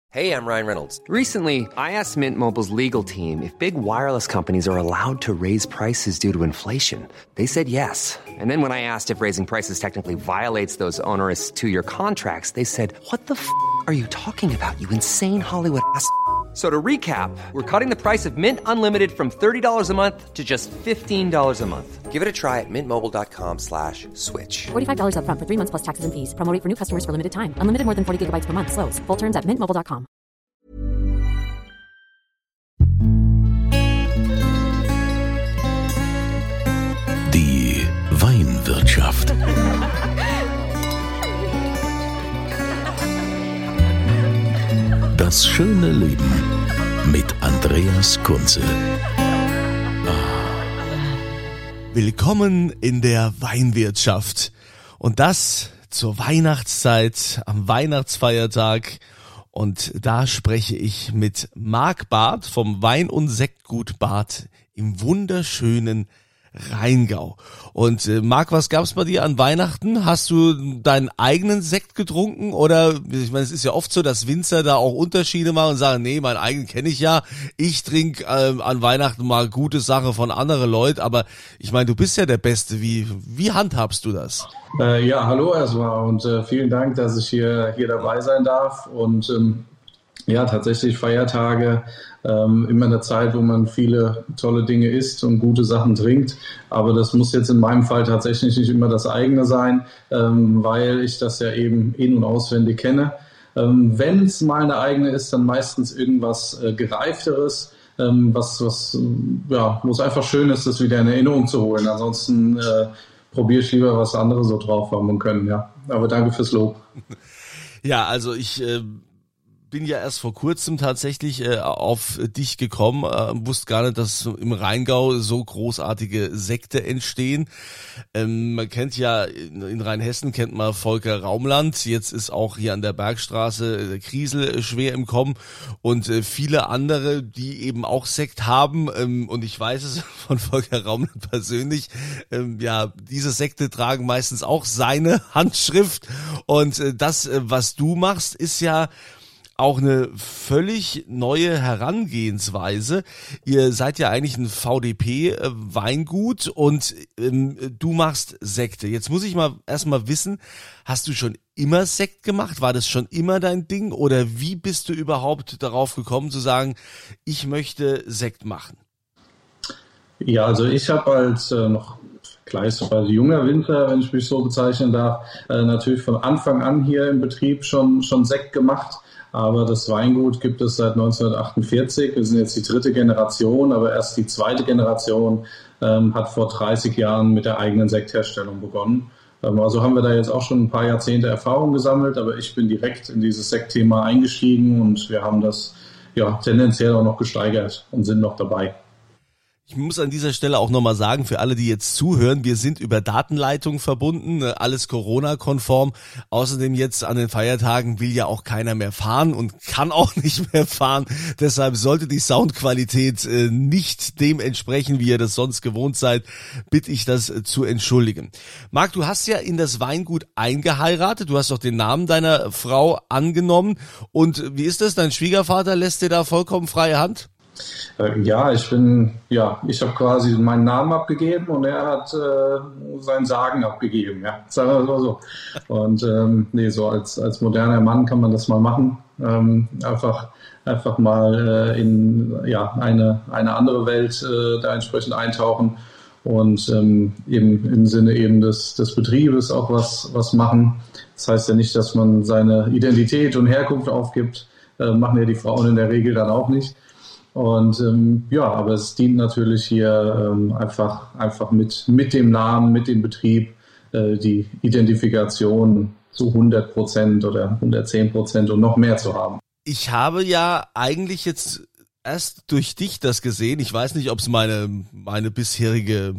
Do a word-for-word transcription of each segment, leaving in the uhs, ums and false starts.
Hey, I'm Ryan Reynolds. Recently, I asked Mint Mobile's legal team if big wireless companies are allowed to raise prices due to inflation. They said yes. And then when I asked if raising prices technically violates those onerous two-year contracts, they said, what the f*** are you talking about, you insane Hollywood ass f- So to recap, we're cutting the price of Mint Unlimited from thirty dollars a month to just fifteen dollars a month. Give it a try at mintmobile.com slash switch. forty-five dollars up front for three months plus taxes and fees. Promo rate for new customers for limited time. Unlimited more than forty gigabytes per month. Slows full terms at mint mobile dot com. Die Weinwirtschaft. Das schöne Leben mit Andreas Kunze. Willkommen in der Weinwirtschaft. Und das zur Weihnachtszeit, am Weihnachtsfeiertag. Und da spreche ich mit Marc Barth vom Wein- und Sektgut Barth im wunderschönen Rheingau. Und äh, Marc, was gab's bei dir an Weihnachten? Hast du deinen eigenen Sekt getrunken? Oder, ich meine, es ist ja oft so, dass Winzer da auch Unterschiede machen und sagen, nee, meinen eigenen kenne ich ja. Ich trinke äh, an Weihnachten mal gute Sache von anderen Leuten. Aber ich meine, du bist ja der Beste. Wie, wie handhabst du das? Äh, ja, hallo erstmal und äh, vielen Dank, dass ich hier, hier dabei sein darf. Und ähm, ja, tatsächlich Feiertage, ähm, immer eine Zeit, wo man viele tolle Dinge isst und gute Sachen trinkt. Aber das muss jetzt in meinem Fall tatsächlich nicht immer das eigene sein, ähm, weil ich das ja eben in- und auswendig kenne. Ähm, wenn es mal eine eigene ist, dann meistens irgendwas äh, Gereifteres, ähm, was, was, ja, wo es einfach schön ist, das wieder in Erinnerung zu holen. Ansonsten äh, probiere ich lieber, was andere so drauf haben und können, ja. Aber danke fürs Lob. Ja, also ich äh, bin ja erst vor kurzem tatsächlich äh, auf dich gekommen, äh, wusste gar nicht, dass im Rheingau so großartige Sekte entstehen. Ähm, man kennt ja, in, in Rheinhessen kennt man Volker Raumland, jetzt ist auch hier an der Bergstraße äh, Kriesel schwer im Kommen und äh, viele andere, die eben auch Sekt haben, ähm, und ich weiß es von Volker Raumland persönlich, ähm, ja, diese Sekte tragen meistens auch seine Handschrift und äh, das, äh, was du machst, ist ja auch eine völlig neue Herangehensweise. Ihr seid ja eigentlich ein V D P-Weingut und ähm, du machst Sekte. Jetzt muss ich mal erstmal wissen, hast du schon immer Sekt gemacht? War das schon immer dein Ding? Oder wie bist du überhaupt darauf gekommen zu sagen, ich möchte Sekt machen? Ja, also ich habe als äh, noch gleichsweise junger Winzer, wenn ich mich so bezeichnen darf, äh, natürlich von Anfang an hier im Betrieb schon, schon Sekt gemacht. Aber das Weingut gibt es seit neunzehnhundertachtundvierzig. Wir sind jetzt die dritte Generation, aber erst die zweite Generation ähm, hat vor dreißig Jahren mit der eigenen Sektherstellung begonnen. Ähm, also haben wir da jetzt auch schon ein paar Jahrzehnte Erfahrung gesammelt, aber ich bin direkt in dieses Sektthema eingestiegen und wir haben das ja tendenziell auch noch gesteigert und sind noch dabei. Ich muss an dieser Stelle auch nochmal sagen, für alle, die jetzt zuhören, wir sind über Datenleitung verbunden, alles Corona-konform. Außerdem jetzt an den Feiertagen will ja auch keiner mehr fahren und kann auch nicht mehr fahren. Deshalb sollte die Soundqualität äh, nicht dem entsprechen, wie ihr das sonst gewohnt seid, bitte ich das äh, zu entschuldigen. Marc, du hast ja in das Weingut eingeheiratet, du hast doch den Namen deiner Frau angenommen. Und wie ist das, dein Schwiegervater lässt dir da vollkommen freie Hand? Ja, ich bin, ja, ich habe quasi meinen Namen abgegeben und er hat äh, sein Sagen abgegeben, ja, sagen wir es mal so. Und ähm, nee, so als als moderner Mann kann man das mal machen, ähm, einfach einfach mal äh, in ja eine eine andere Welt äh, da entsprechend eintauchen und ähm, eben im Sinne eben des des Betriebes auch was was machen. Das heißt ja nicht, dass man seine Identität und Herkunft aufgibt, äh, machen ja die Frauen in der Regel dann auch nicht. Und ähm, ja, aber es dient natürlich hier ähm, einfach einfach mit mit dem Namen, mit dem Betrieb äh, die Identifikation zu hundert Prozent oder hundertzehn Prozent und noch mehr zu haben. Ich habe ja eigentlich jetzt erst durch dich das gesehen. Ich weiß nicht, ob es meine meine bisherige,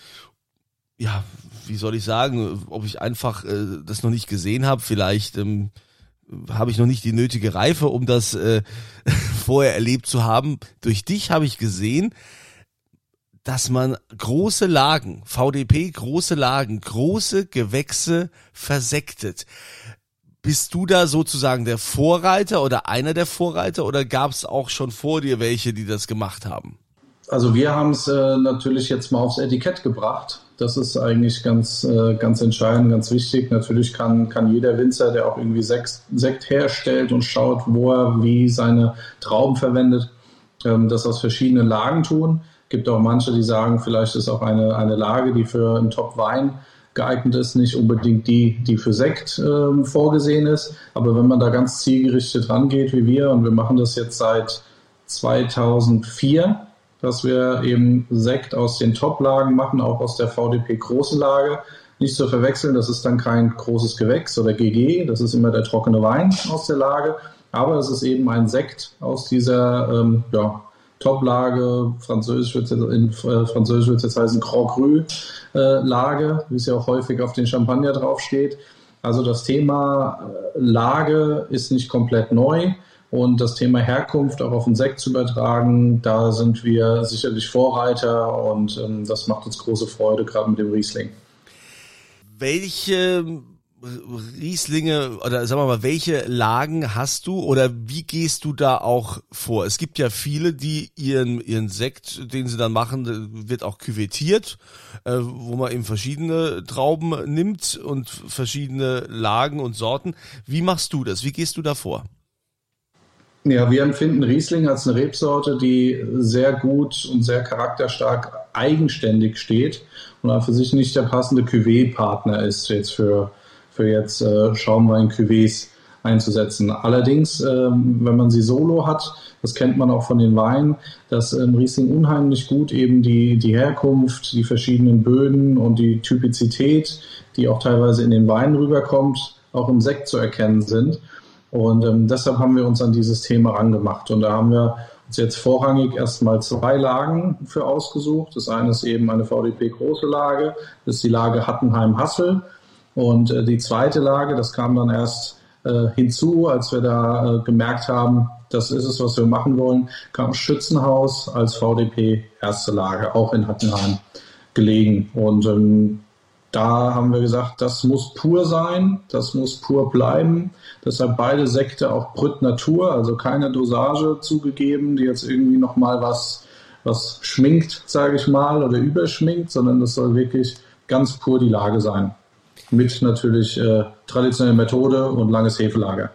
ja, wie soll ich sagen, ob ich einfach äh, das noch nicht gesehen habe. Vielleicht ähm, habe ich noch nicht die nötige Reife, um das äh, vorher erlebt zu haben. Durch dich habe ich gesehen, dass man große Lagen, V D P, große Lagen, große Gewächse versektet. Bist du da sozusagen der Vorreiter oder einer der Vorreiter oder gab es auch schon vor dir welche, die das gemacht haben? Also wir haben es äh, natürlich jetzt mal aufs Etikett gebracht. Das ist eigentlich ganz, äh, ganz entscheidend, ganz wichtig. Natürlich kann, kann jeder Winzer, der auch irgendwie Sekt, Sekt herstellt und schaut, wo er wie seine Trauben verwendet, ähm, das aus verschiedenen Lagen tun. Gibt auch manche, die sagen, vielleicht ist auch eine, eine Lage, die für einen Top-Wein geeignet ist, nicht unbedingt die, die für Sekt äh, vorgesehen ist. Aber wenn man da ganz zielgerichtet rangeht wie wir, und wir machen das jetzt seit zweitausendvier, dass wir eben Sekt aus den Top-Lagen machen, auch aus der V D P große Lage. Nicht zu verwechseln, das ist dann kein großes Gewächs oder G G, das ist immer der trockene Wein aus der Lage, aber es ist eben ein Sekt aus dieser ähm, ja, Top-Lage, französisch wird es in äh, Französisch wird es jetzt heißen Grand Cru äh, Lage, wie es ja auch häufig auf den Champagner draufsteht. Also das Thema äh, Lage ist nicht komplett neu. Und das Thema Herkunft auch auf den Sekt zu übertragen, da sind wir sicherlich Vorreiter und ähm, das macht uns große Freude, gerade mit dem Riesling. Welche Rieslinge oder sagen wir mal, welche Lagen hast du oder wie gehst du da auch vor? Es gibt ja viele, die ihren ihren Sekt, den sie dann machen, wird auch küvettiert, äh, wo man eben verschiedene Trauben nimmt und verschiedene Lagen und Sorten. Wie machst du das? Wie gehst du da vor? Ja, wir empfinden Riesling als eine Rebsorte, die sehr gut und sehr charakterstark eigenständig steht und auch für sich nicht der passende Cuvée-Partner ist jetzt für, für jetzt äh, Schaumwein-Cuvées einzusetzen. Allerdings, ähm, wenn man sie solo hat, das kennt man auch von den Weinen, dass ähm, Riesling unheimlich gut eben die, die Herkunft, die verschiedenen Böden und die Typizität, die auch teilweise in den Weinen rüberkommt, auch im Sekt zu erkennen sind. Und ähm, deshalb haben wir uns an dieses Thema rangemacht. Und da haben wir uns jetzt vorrangig erstmal zwei Lagen für ausgesucht. Das eine ist eben eine V D P große Lage, das ist die Lage Hattenheim-Hassel. Und äh, die zweite Lage, das kam dann erst äh, hinzu, als wir da äh, gemerkt haben, das ist es, was wir machen wollen, kam Schützenhaus als V D P erste Lage, auch in Hattenheim gelegen. Und ähm, da haben wir gesagt, das muss pur sein, das muss pur bleiben. Deshalb beide Sekte auch Brut Natur, also keine Dosage zugegeben, die jetzt irgendwie nochmal was, was schminkt, sage ich mal, oder überschminkt, sondern das soll wirklich ganz pur die Lage sein. Mit natürlich äh, traditioneller Methode und langes Hefelager.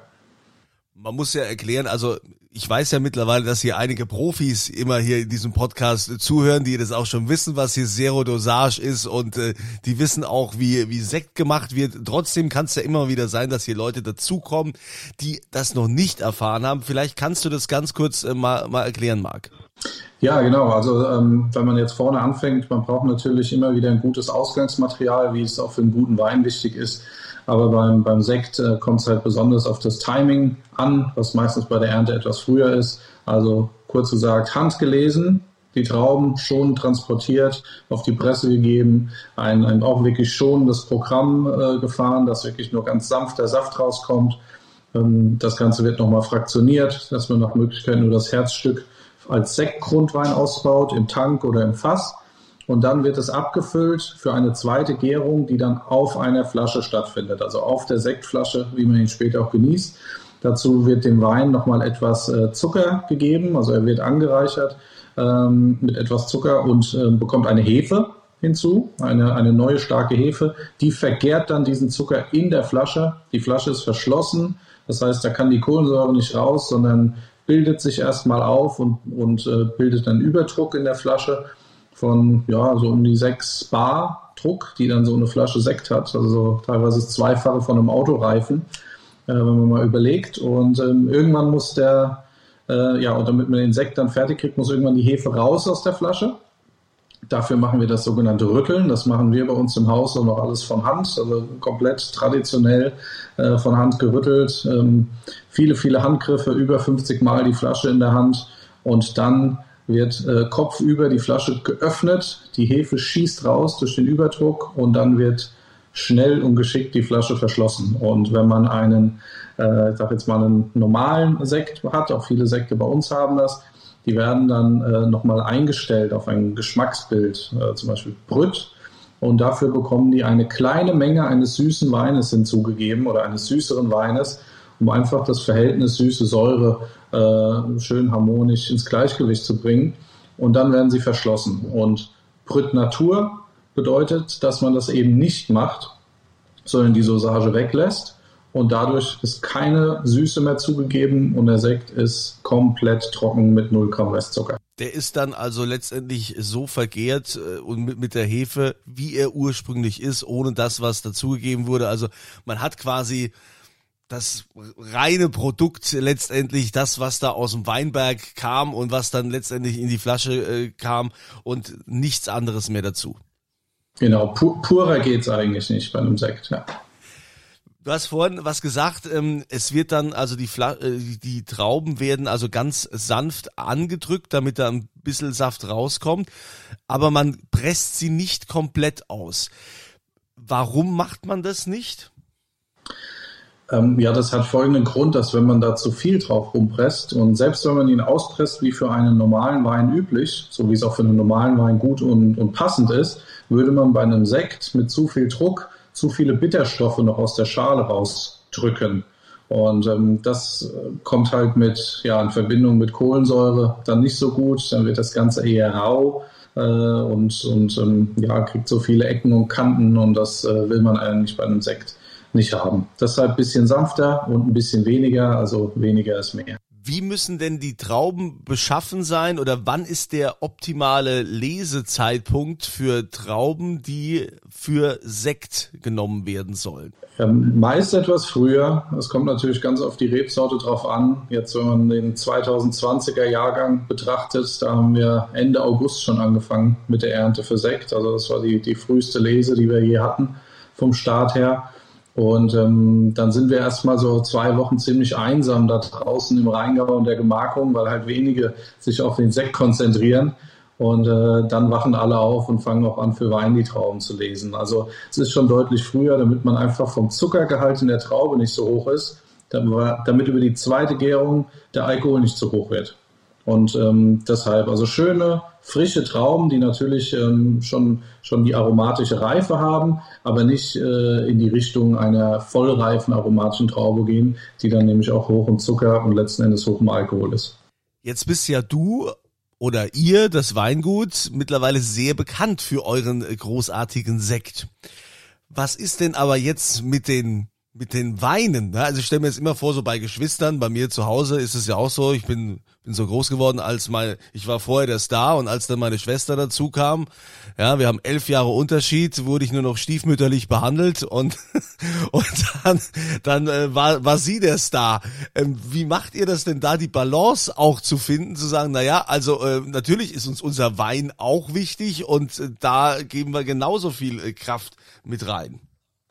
Man muss ja erklären, also ich weiß ja mittlerweile, dass hier einige Profis immer hier in diesem Podcast zuhören, die das auch schon wissen, was hier Zero Dosage ist und äh, die wissen auch, wie wie Sekt gemacht wird. Trotzdem kann es ja immer wieder sein, dass hier Leute dazukommen, die das noch nicht erfahren haben. Vielleicht kannst du das ganz kurz äh, mal, mal erklären, Marc. Ja, genau. Also ähm, wenn man jetzt vorne anfängt, man braucht natürlich immer wieder ein gutes Ausgangsmaterial, wie es auch für einen guten Wein wichtig ist. Aber beim, beim Sekt äh, kommt es halt besonders auf das Timing an, was meistens bei der Ernte etwas früher ist. Also kurz gesagt, handgelesen, die Trauben schon transportiert, auf die Presse gegeben, ein, ein auch wirklich schonendes Programm äh, gefahren, dass wirklich nur ganz sanfter Saft rauskommt. Ähm, das Ganze wird nochmal fraktioniert, dass man nach Möglichkeit nur das Herzstück als Sektgrundwein ausbaut, im Tank oder im Fass. Und dann wird es abgefüllt für eine zweite Gärung, die dann auf einer Flasche stattfindet, also auf der Sektflasche, wie man ihn später auch genießt. Dazu wird dem Wein nochmal etwas äh, Zucker gegeben, also er wird angereichert ähm, mit etwas Zucker und äh, bekommt eine Hefe hinzu, eine, eine neue starke Hefe. Die vergärt dann diesen Zucker in der Flasche. Die Flasche ist verschlossen, das heißt, da kann die Kohlensäure nicht raus, sondern bildet sich erstmal auf und, und äh, bildet dann Überdruck in der Flasche von ja so um die sechs Bar Druck, die dann so eine Flasche Sekt hat, also so teilweise das Zweifache von einem Autoreifen, äh, wenn man mal überlegt. Und ähm, irgendwann muss der, äh, ja, und damit man den Sekt dann fertig kriegt, muss irgendwann die Hefe raus aus der Flasche. Dafür machen wir das sogenannte Rütteln. Das machen wir bei uns im Haus auch noch alles von Hand, also komplett traditionell äh, von Hand gerüttelt. Ähm, viele, viele Handgriffe, über fünfzig Mal die Flasche in der Hand und dann wird äh, kopfüber die Flasche geöffnet, die Hefe schießt raus durch den Überdruck und dann wird schnell und geschickt die Flasche verschlossen. Und wenn man einen, äh, ich sag jetzt mal einen normalen Sekt hat, auch viele Sekte bei uns haben das, die werden dann äh, nochmal eingestellt auf ein Geschmacksbild, äh, zum Beispiel Brut. und dafür bekommen die eine kleine Menge eines süßen Weines hinzugegeben oder eines süßeren Weines, um einfach das Verhältnis Süße-Säure äh, schön harmonisch ins Gleichgewicht zu bringen. Und dann werden sie verschlossen. Und Brut Natur bedeutet, dass man das eben nicht macht, sondern die Dosage weglässt. Und dadurch ist keine Süße mehr zugegeben und der Sekt ist komplett trocken mit null Gramm Restzucker. Der ist dann also letztendlich so vergärt und mit, mit der Hefe, wie er ursprünglich ist, ohne das, was dazugegeben wurde. Also man hat quasi das reine Produkt letztendlich, das, was da aus dem Weinberg kam und was dann letztendlich in die Flasche äh, kam und nichts anderes mehr dazu. Genau, pu- purer geht's eigentlich nicht bei einem Sekt, ja. Du hast vorhin was gesagt, ähm, es wird dann, also die, Fla- äh, die Trauben werden also ganz sanft angedrückt, damit da ein bisschen Saft rauskommt, aber man presst sie nicht komplett aus. Warum macht man das nicht? Ähm, ja, das hat folgenden Grund, dass wenn man da zu viel drauf rumpresst und selbst wenn man ihn auspresst wie für einen normalen Wein üblich, so wie es auch für einen normalen Wein gut und, und passend ist, würde man bei einem Sekt mit zu viel Druck zu viele Bitterstoffe noch aus der Schale rausdrücken. Und ähm, das kommt halt mit, ja, in Verbindung mit Kohlensäure dann nicht so gut. Dann wird das Ganze eher rau äh, und, und ähm, ja, kriegt so viele Ecken und Kanten und das äh, will man eigentlich bei einem Sekt nicht haben. Deshalb ein bisschen sanfter und ein bisschen weniger, also weniger ist mehr. Wie müssen denn die Trauben beschaffen sein oder wann ist der optimale Lesezeitpunkt für Trauben, die für Sekt genommen werden sollen? Ähm, meist etwas früher. Es kommt natürlich ganz auf die Rebsorte drauf an. Jetzt, wenn man den zweitausendzwanziger Jahrgang betrachtet, da haben wir Ende August schon angefangen mit der Ernte für Sekt. Also das war die, die früheste Lese, die wir je hatten vom Start her. Und ähm, dann sind wir erstmal so zwei Wochen ziemlich einsam da draußen im Rheingau und der Gemarkung, weil halt wenige sich auf den Sekt konzentrieren. Und äh, dann wachen alle auf und fangen auch an, für Wein die Trauben zu lesen. Also es ist schon deutlich früher, damit man einfach vom Zuckergehalt in der Traube nicht so hoch ist, damit über die zweite Gärung der Alkohol nicht so hoch wird. Und ähm, deshalb, also schöne, frische Trauben, die natürlich ähm, schon, schon die aromatische Reife haben, aber nicht äh, in die Richtung einer vollreifen aromatischen Traube gehen, die dann nämlich auch hoch im Zucker und letzten Endes hoch im Alkohol ist. Jetzt bist ja du oder ihr, das Weingut, mittlerweile sehr bekannt für euren großartigen Sekt. Was ist denn aber jetzt mit den mit den Weinen? Also ich stelle mir jetzt immer vor, so bei Geschwistern, bei mir zu Hause ist es ja auch so, ich bin bin so groß geworden, als meine, ich war vorher der Star und als dann meine Schwester dazu kam, ja, wir haben elf Jahre Unterschied, wurde ich nur noch stiefmütterlich behandelt und und dann dann äh, war war sie der Star. Ähm, wie macht ihr das denn da, die Balance auch zu finden, zu sagen, na ja, also äh, natürlich ist uns unser Wein auch wichtig und äh, da geben wir genauso viel äh, Kraft mit rein.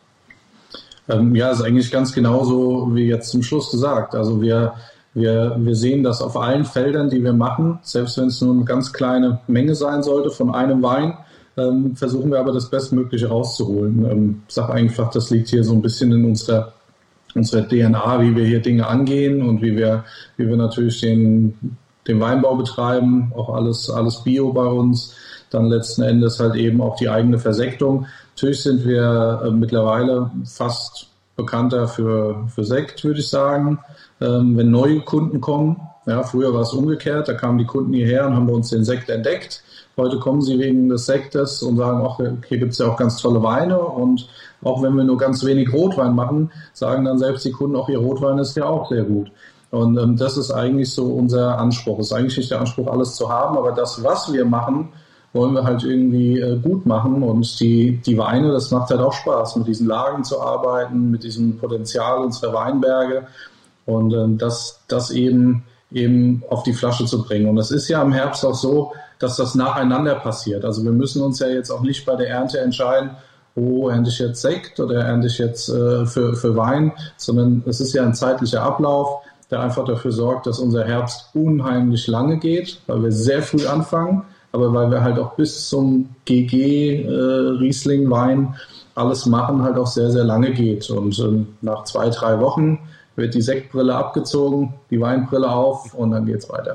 Ähm, ja, ist eigentlich ganz genauso wie jetzt zum Schluss gesagt. Also wir Wir, wir sehen das auf allen Feldern, die wir machen, selbst wenn es nur eine ganz kleine Menge sein sollte von einem Wein, ähm, versuchen wir aber das Bestmögliche rauszuholen. Ähm, ich sage einfach, das liegt hier so ein bisschen in unserer, unserer D N A, wie wir hier Dinge angehen und wie wir, wie wir natürlich den, den Weinbau betreiben, auch alles, alles Bio bei uns, dann letzten Endes halt eben auch die eigene Versektung. Natürlich sind wir äh, mittlerweile fast bekannter für, für Sekt, würde ich sagen. Ähm, wenn neue Kunden kommen, ja, früher war es umgekehrt, da kamen die Kunden hierher und haben bei uns den Sekt entdeckt. Heute kommen sie wegen des Sektes und sagen, ach, hier gibt es ja auch ganz tolle Weine und auch wenn wir nur ganz wenig Rotwein machen, sagen dann selbst die Kunden, auch ihr Rotwein ist ja auch sehr gut. Und ähm, das ist eigentlich so unser Anspruch. Es ist eigentlich nicht der Anspruch, alles zu haben, aber das, was wir machen, wollen wir halt irgendwie äh, gut machen und die, die Weine, das macht halt auch Spaß, mit diesen Lagen zu arbeiten, mit diesem Potenzial unserer Weinberge und äh, das, das eben, eben auf die Flasche zu bringen. Und das ist ja im Herbst auch so, dass das nacheinander passiert. Also wir müssen uns ja jetzt auch nicht bei der Ernte entscheiden, oh, ernte ich jetzt Sekt oder ernte ich jetzt äh, für, für Wein, sondern es ist ja ein zeitlicher Ablauf, der einfach dafür sorgt, dass unser Herbst unheimlich lange geht, weil wir sehr früh anfangen, aber weil wir halt auch bis zum G G äh, Riesling Wein alles machen, halt auch sehr, sehr lange geht. Und äh, nach zwei, drei Wochen wird die Sektbrille abgezogen, die Weinbrille auf und dann geht's weiter.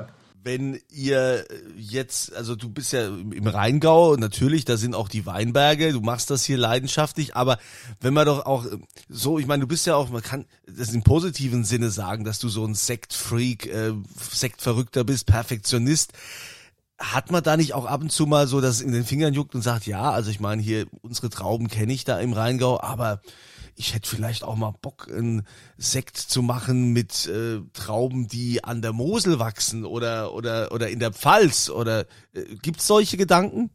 Wenn ihr jetzt, also du bist ja im Rheingau, natürlich, da sind auch die Weinberge, du machst das hier leidenschaftlich, aber wenn man doch auch so, ich meine, du bist ja auch, man kann das im positiven Sinne sagen, dass du so ein Sektfreak, äh, Sektverrückter bist, Perfektionist. Hat man da nicht auch ab und zu mal so, dass es in den Fingern juckt und sagt, ja, also ich meine, hier, unsere Trauben kenne ich da im Rheingau, aber ich hätte vielleicht auch mal Bock, einen Sekt zu machen mit äh, Trauben, die an der Mosel wachsen oder oder oder in der Pfalz, oder äh, gibt's solche Gedanken?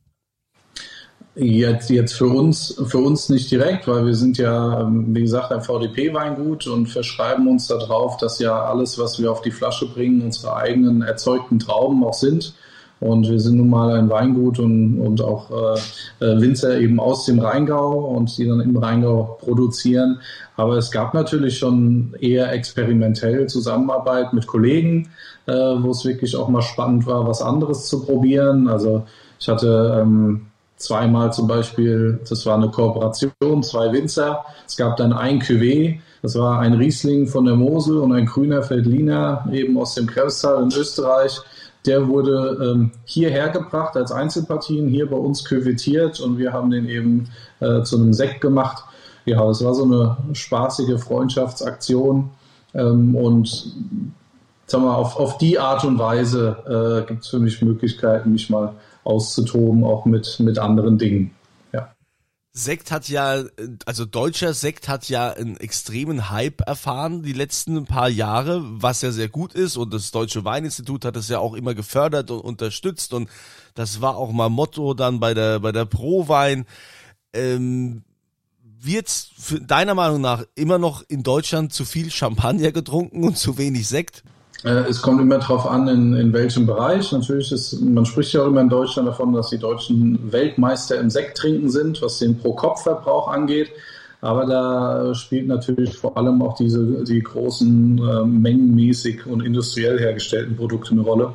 Jetzt jetzt für uns für uns nicht direkt, weil wir sind ja, wie gesagt, ein V D P-Weingut und verschreiben uns darauf, dass ja alles, was wir auf die Flasche bringen, unsere eigenen erzeugten Trauben auch sind. Und wir sind nun mal ein Weingut und, und auch äh, Winzer eben aus dem Rheingau und die dann im Rheingau produzieren. Aber es gab natürlich schon eher experimentell Zusammenarbeit mit Kollegen, äh, wo es wirklich auch mal spannend war, was anderes zu probieren. Also ich hatte ähm, zweimal zum Beispiel, das war eine Kooperation, zwei Winzer. Es gab dann ein Cuvée, das war ein Riesling von der Mosel und ein grüner Veltliner eben aus dem Kremstal in Österreich. Der wurde ähm, hierher gebracht als Einzelpartien, hier bei uns küvettiert und wir haben den eben äh, zu einem Sekt gemacht. Ja, das war so eine spaßige Freundschaftsaktion ähm, und sagen wir, auf, auf die Art und Weise äh, gibt es für mich Möglichkeiten, mich mal auszutoben, auch mit, mit anderen Dingen. Ja. Sekt hat ja, also deutscher Sekt hat ja einen extremen Hype erfahren die letzten paar Jahre, was ja sehr gut ist, und das Deutsche Weininstitut hat es ja auch immer gefördert und unterstützt, und das war auch mal Motto dann bei der bei der Prowein. Ähm, wird für deiner Meinung nach immer noch in Deutschland zu viel Champagner getrunken und zu wenig Sekt? Es kommt immer darauf an, in, in welchem Bereich. Natürlich ist, man spricht ja auch immer in Deutschland davon, dass die Deutschen Weltmeister im Sekttrinken sind, was den Pro-Kopf-Verbrauch angeht. Aber da spielt natürlich vor allem auch diese die großen äh, mengenmäßig und industriell hergestellten Produkte eine Rolle.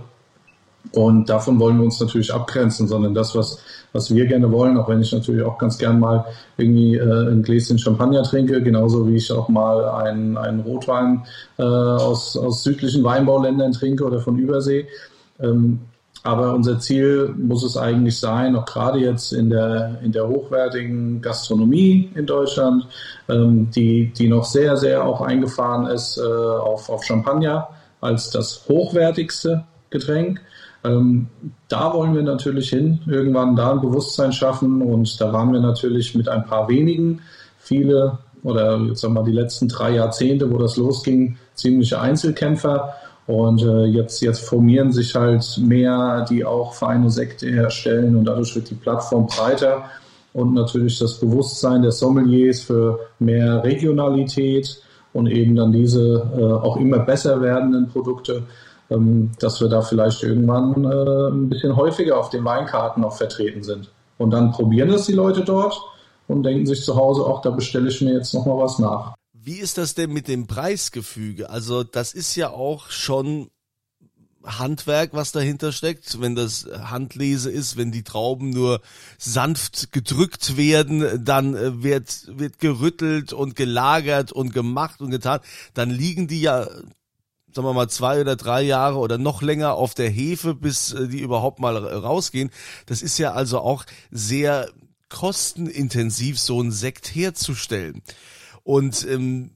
Und davon wollen wir uns natürlich abgrenzen, sondern das, was was wir gerne wollen, auch wenn ich natürlich auch ganz gern mal irgendwie äh, ein Gläschen Champagner trinke, genauso wie ich auch mal einen, einen Rotwein äh, aus, aus südlichen Weinbauländern trinke oder von Übersee. Ähm, aber unser Ziel muss es eigentlich sein, auch gerade jetzt in der, in der hochwertigen Gastronomie in Deutschland, ähm, die, die noch sehr, sehr auch eingefahren ist äh, auf, auf Champagner als das hochwertigste Getränk. Ähm, da wollen wir natürlich hin, irgendwann da ein Bewusstsein schaffen, und da waren wir natürlich mit ein paar wenigen, viele oder jetzt sagen wir mal die letzten drei Jahrzehnte, wo das losging, ziemliche Einzelkämpfer, und äh, jetzt, jetzt formieren sich halt mehr, die auch feine Sekte herstellen, und dadurch wird die Plattform breiter und natürlich das Bewusstsein der Sommeliers für mehr Regionalität und eben dann diese äh, auch immer besser werdenden Produkte, dass wir da vielleicht irgendwann äh, ein bisschen häufiger auf den Weinkarten auch vertreten sind. Und dann probieren das die Leute dort und denken sich zu Hause, ach, da bestelle ich mir jetzt nochmal was nach. Wie ist das denn mit dem Preisgefüge? Also das ist ja auch schon Handwerk, was dahinter steckt, wenn das Handlese ist, wenn die Trauben nur sanft gedrückt werden, dann wird, wird gerüttelt und gelagert und gemacht und getan, dann liegen die ja, sagen wir mal, zwei oder drei Jahre oder noch länger auf der Hefe, bis die überhaupt mal rausgehen. Das ist ja also auch sehr kostenintensiv, so einen Sekt herzustellen. Und ähm,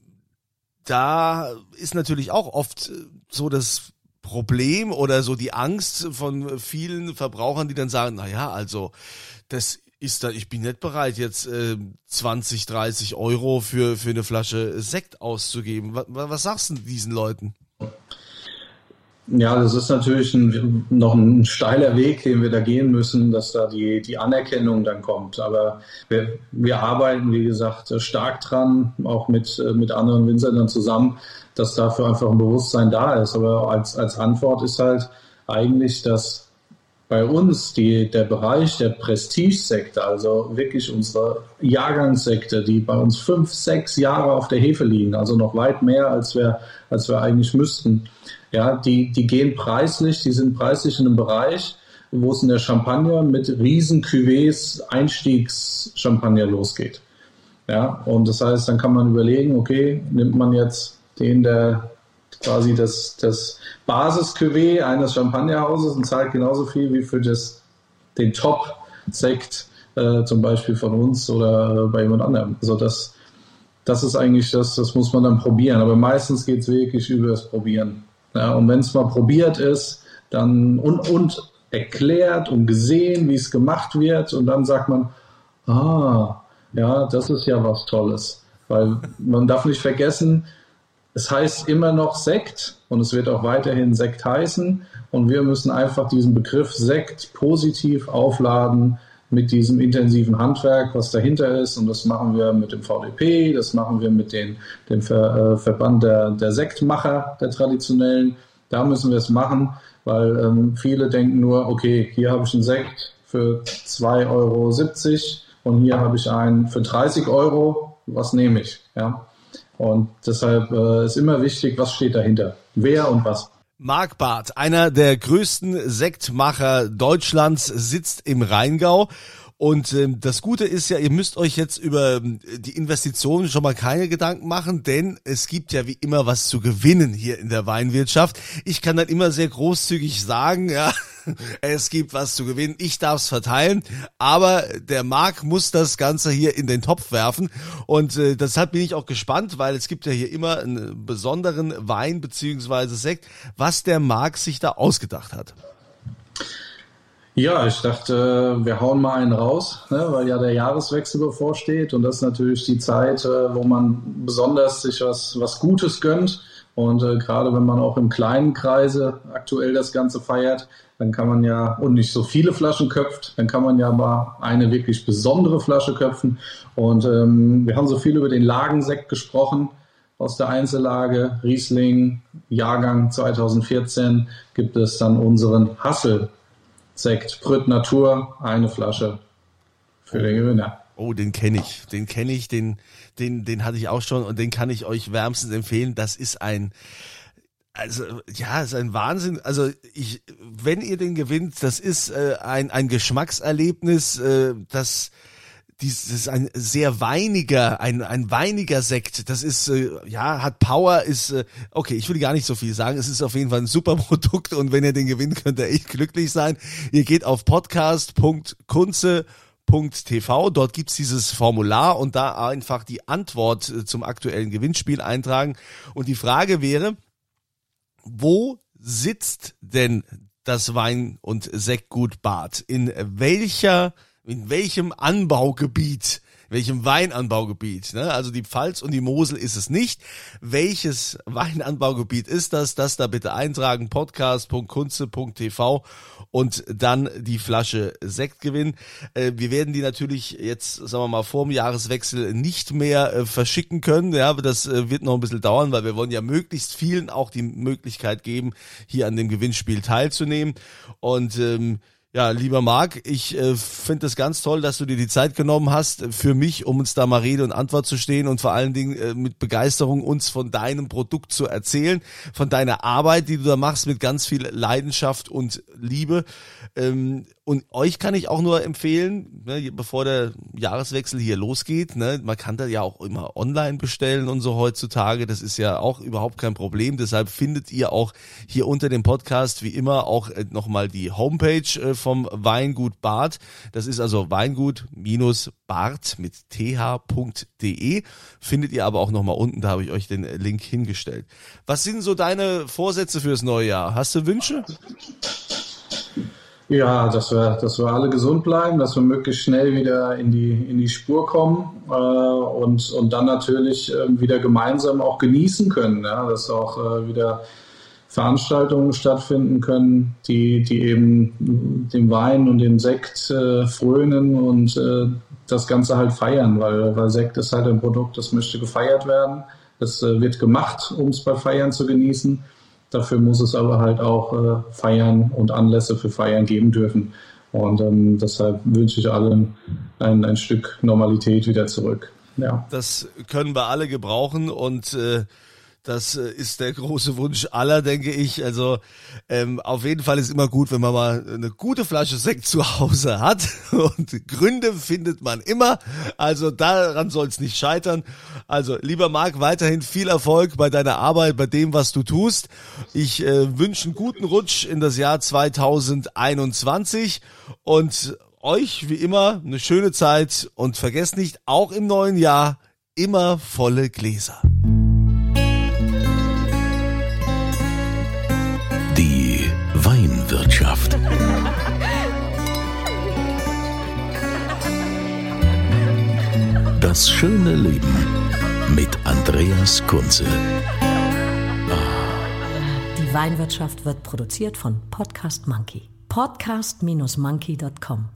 da ist natürlich auch oft so das Problem oder so die Angst von vielen Verbrauchern, die dann sagen, na ja, also das ist da, ich bin nicht bereit, jetzt äh, zwanzig, dreißig Euro für für eine Flasche Sekt auszugeben. Was, was sagst du diesen Leuten? Ja, das ist natürlich ein, noch ein steiler Weg, den wir da gehen müssen, dass da die, die Anerkennung dann kommt. Aber wir, wir arbeiten, wie gesagt, stark dran, auch mit, mit anderen Winzern dann zusammen, dass dafür einfach ein Bewusstsein da ist. Aber als, als Antwort ist halt eigentlich, dass bei uns die, der Bereich der Prestige-Sekte, also wirklich unsere Jahrgangssekte, die bei uns fünf, sechs Jahre auf der Hefe liegen, also noch weit mehr, als wir, als wir eigentlich müssten, ja, die, die gehen preislich, die sind preislich in einem Bereich, wo es in der Champagner mit riesen Cuvées Einstiegschampagner losgeht. Ja, und das heißt, dann kann man überlegen, okay, nimmt man jetzt den, der quasi das, das Basis-Cuvée eines Champagnerhauses und zahlt genauso viel wie für das, den Top-Sekt, äh, zum Beispiel von uns oder äh, bei jemand anderem. Also das, das ist eigentlich das, das muss man dann probieren. Aber meistens geht es wirklich über das Probieren. Ja, und wenn es mal probiert ist, dann und, und erklärt und gesehen, wie es gemacht wird, und dann sagt man, ah, ja, das ist ja was Tolles. Weil man darf nicht vergessen, es heißt immer noch Sekt und es wird auch weiterhin Sekt heißen, und wir müssen einfach diesen Begriff Sekt positiv aufladen mit diesem intensiven Handwerk, was dahinter ist, und das machen wir mit dem V D P, das machen wir mit den, dem Ver, äh, Verband der, der Sektmacher, der traditionellen. Da müssen wir es machen, weil ähm, viele denken nur, okay, hier habe ich einen Sekt für zwei Euro siebzig und hier habe ich einen für dreißig Euro, was nehme ich? Ja? Und deshalb äh, ist immer wichtig, was steht dahinter, wer und was. Marc Barth, einer der größten Sektmacher Deutschlands, sitzt im Rheingau. Und ähm, das Gute ist ja, ihr müsst euch jetzt über ähm, die Investitionen schon mal keine Gedanken machen, denn es gibt ja wie immer was zu gewinnen hier in der Weinwirtschaft. Ich kann dann immer sehr großzügig sagen, ja, es gibt was zu gewinnen, ich darf es verteilen, aber der Marc muss das Ganze hier in den Topf werfen, und äh, deshalb bin ich auch gespannt, weil es gibt ja hier immer einen besonderen Wein beziehungsweise Sekt, was der Marc sich da ausgedacht hat. Ja, ich dachte, wir hauen mal einen raus, ne, weil ja der Jahreswechsel bevorsteht, und das ist natürlich die Zeit, wo man besonders sich was, was Gutes gönnt, und äh, gerade wenn man auch im kleinen Kreise aktuell das Ganze feiert, dann kann man ja, und nicht so viele Flaschen köpft, dann kann man ja mal eine wirklich besondere Flasche köpfen, und ähm, wir haben so viel über den Lagensekt gesprochen. Aus der Einzellage Riesling, Jahrgang zweitausendvierzehn, gibt es dann unseren Hassel Sekt, Brut Natur, eine Flasche für den Gewinner. Oh, den kenne ich, den kenne ich, den, den, den hatte ich auch schon, und den kann ich euch wärmstens empfehlen. Das ist ein, also ja, ist ein Wahnsinn. Also ich, wenn ihr den gewinnt, das ist äh, ein ein Geschmackserlebnis, äh, das Dies ist ein sehr weiniger, ein ein weiniger Sekt. Das ist äh, ja hat Power, ist äh, okay. Ich will gar nicht so viel sagen. Es ist auf jeden Fall ein super Produkt, und wenn ihr den gewinnt, könnt ihr echt glücklich sein. Ihr geht auf podcast punkt kunze punkt t v. Dort gibt's dieses Formular, und da einfach die Antwort äh, zum aktuellen Gewinnspiel eintragen. Und die Frage wäre: Wo sitzt denn das Wein- und Sektgut Barth? In welcher In welchem Anbaugebiet, welchem Weinanbaugebiet, ne? Also die Pfalz und die Mosel ist es nicht. Welches Weinanbaugebiet ist das? Das da bitte eintragen, podcast punkt kunze punkt t v, und dann die Flasche Sekt gewinnen. Äh, wir werden die natürlich jetzt, sagen wir mal, vor dem Jahreswechsel nicht mehr äh, verschicken können. Ja, das äh, wird noch ein bisschen dauern, weil wir wollen ja möglichst vielen auch die Möglichkeit geben, hier an dem Gewinnspiel teilzunehmen. Und ähm, ja, lieber Marc, ich äh, finde es ganz toll, dass du dir die Zeit genommen hast für mich, um uns da mal Rede und Antwort zu stehen, und vor allen Dingen äh, mit Begeisterung uns von deinem Produkt zu erzählen, von deiner Arbeit, die du da machst, mit ganz viel Leidenschaft und Liebe. Ähm, und euch kann ich auch nur empfehlen, ne, bevor der Jahreswechsel hier losgeht, ne, man kann da ja auch immer online bestellen und so heutzutage, das ist ja auch überhaupt kein Problem. Deshalb findet ihr auch hier unter dem Podcast wie immer auch äh, nochmal die Homepage äh, vom Weingut Barth. Das ist also Weingut-Barth mit th punkt de. Findet ihr aber auch nochmal unten, da habe ich euch den Link hingestellt. Was sind so deine Vorsätze fürs neue Jahr? Hast du Wünsche? Ja, dass wir, dass wir alle gesund bleiben, dass wir möglichst schnell wieder in die, in die Spur kommen äh, und, und dann natürlich äh, wieder gemeinsam auch genießen können, ja? Dass auch äh, wieder Veranstaltungen stattfinden können, die, die eben den Wein und den Sekt äh, frönen und äh, das Ganze halt feiern, weil, weil Sekt ist halt ein Produkt, das möchte gefeiert werden. Das äh, wird gemacht, um es bei Feiern zu genießen. Dafür muss es aber halt auch äh, Feiern und Anlässe für Feiern geben dürfen. Und ähm, deshalb wünsche ich allen ein, ein Stück Normalität wieder zurück. Ja. Das können wir alle gebrauchen, und äh, Das äh, ist der große Wunsch aller, denke ich. Also ähm, auf jeden Fall ist immer gut, wenn man mal eine gute Flasche Sekt zu Hause hat. Und Gründe findet man immer. Also daran soll es nicht scheitern. Also lieber Marc, weiterhin viel Erfolg bei deiner Arbeit, bei dem, was du tust. Ich äh, wünsche einen guten Rutsch in das Jahr zweitausendeinundzwanzig und euch wie immer eine schöne Zeit. Und vergesst nicht, auch im neuen Jahr immer volle Gläser. Die Weinwirtschaft. Das schöne Leben mit Andreas Kunze. Die Weinwirtschaft wird produziert von Podcast Monkey. podcast dash monkey dot com.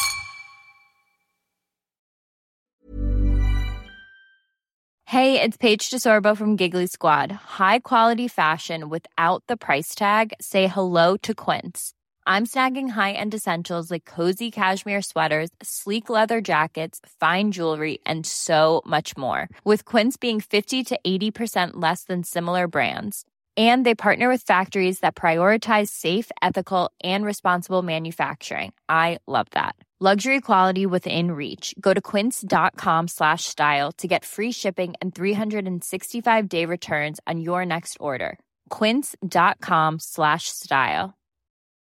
Hey, it's Paige DeSorbo from Giggly Squad. High quality fashion without the price tag. Say hello to Quince. I'm snagging high-end essentials like cozy cashmere sweaters, sleek leather jackets, fine jewelry, and so much more. With Quince being fifty to eighty percent less than similar brands. And they partner with factories that prioritize safe, ethical, and responsible manufacturing. I love that. Luxury quality within reach. Go to quince.com slash style to get free shipping and three sixty-five day returns on your next order. Quince.com slash style.